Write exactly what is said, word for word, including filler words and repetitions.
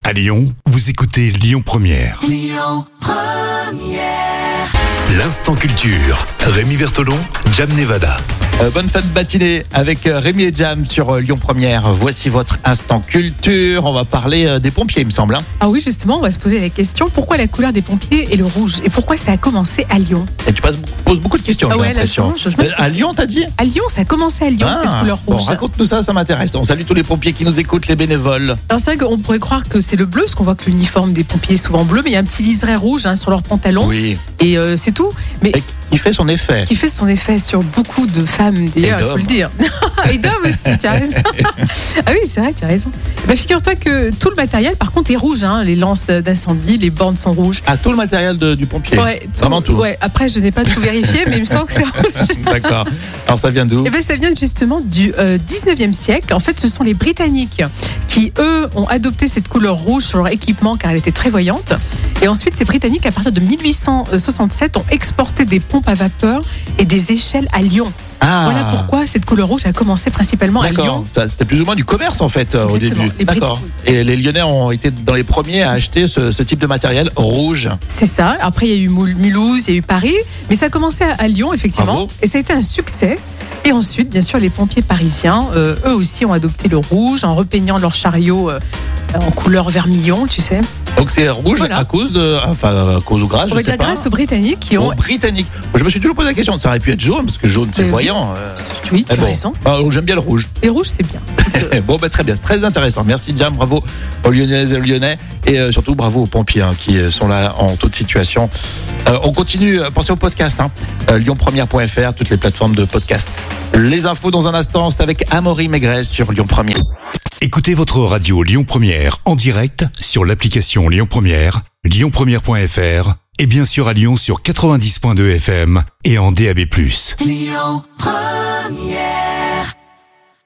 À Lyon, vous écoutez Lyon Première. Lyon Première. L'instant culture. Rémi Bertolon, Jam Nevada. Euh, bonne fin de matinée avec euh, Rémi et Jam sur euh, Lyon Première. Voici votre instant culture. On va parler euh, des pompiers, il me semble. Hein. Ah oui, justement, on va se poser la question pourquoi la couleur des pompiers est le rouge et pourquoi ça a commencé à Lyon. Et tu passes, poses beaucoup de questions, Ah j'ai ouais, là, l'impression. je- je- je- Euh, À Lyon, t'as dit À Lyon, ça a commencé à Lyon, Ah, cette couleur bon, rouge. raconte-nous ça, ça m'intéresse. On salue tous les pompiers qui nous écoutent, les bénévoles. Alors c'est vrai qu'on pourrait croire que c'est le bleu, parce qu'on voit que l'uniforme des pompiers est souvent bleu, mais il y a un petit liseré rouge hein, sur leur pantalon, Oui, et euh, c'est tout. Mais et qui fait son effet. qui fait son effet sur beaucoup de femmes, d'ailleurs, Et il faut d'hommes. le dire. Et d'hommes aussi, tu as raison. Ah oui, c'est vrai, tu as raison. Bah, figure-toi que tout le matériel, par contre, est rouge. Hein. Les lances d'incendie, les bornes sont rouges. Ah, tout le matériel de- du pompier. Ouais, Vraiment tout. Ouais, après, je n'ai pas tout vérifié, mais il me semble que c'est rouge. D'accord. Alors ça vient d'où Eh ben, ça vient justement du euh, dix-neuvième siècle. En fait, ce sont les Britanniques qui, eux, ont adopté cette couleur rouge sur leur équipement car elle était très voyante. Et ensuite, ces Britanniques, à partir de mille huit cent soixante-sept, ont exporté des pompes à vapeur et des échelles à Lyon. Ah, Voilà pourquoi cette couleur rouge a commencé principalement à D'accord, Lyon. ça, c'était plus ou moins du commerce en fait euh, au Exactement. début. Les Brit- D'accord. Et les Lyonnais ont été dans les premiers à acheter ce, ce type de matériel rouge. C'est ça. Après, il y a eu Moul- Mulhouse, il y a eu Paris. Mais ça a commencé à, à Lyon, effectivement. Bravo. Et ça a été un succès. Et ensuite, bien sûr, les pompiers parisiens, euh, eux aussi, ont adopté le rouge en repeignant leurs chariots euh, en couleur vermillon, tu sais. Donc c'est rouge Voilà. à cause de, enfin à cause ou grâce, On je va sais dire pas. grâce aux Britanniques qui ont. Aux Britanniques. Je me suis toujours posé la question, ça aurait pu être jaune parce que jaune c'est Mais oui. voyant. euh. Oui, tu Mais as bon. raison. Ah, j'aime bien le rouge. Et rouge, c'est bien. Bon, bah, très bien, c'est très intéressant. Merci Jam, bravo aux Lyonnaises et aux Lyonnais. Et euh, surtout, bravo aux pompiers hein, qui euh, sont là en toute situation. Euh, on continue, euh, pensez au podcast, hein, euh, lyon première point f r, toutes les plateformes de podcast. Les infos dans un instant, c'est avec Amaury Maigret sur Lyon Première. Écoutez votre radio Lyon Première en direct sur l'application Lyon Première, lyon première point f r et bien sûr à Lyon sur quatre-vingt-dix point deux F M et en D A B plus. Lyon Première.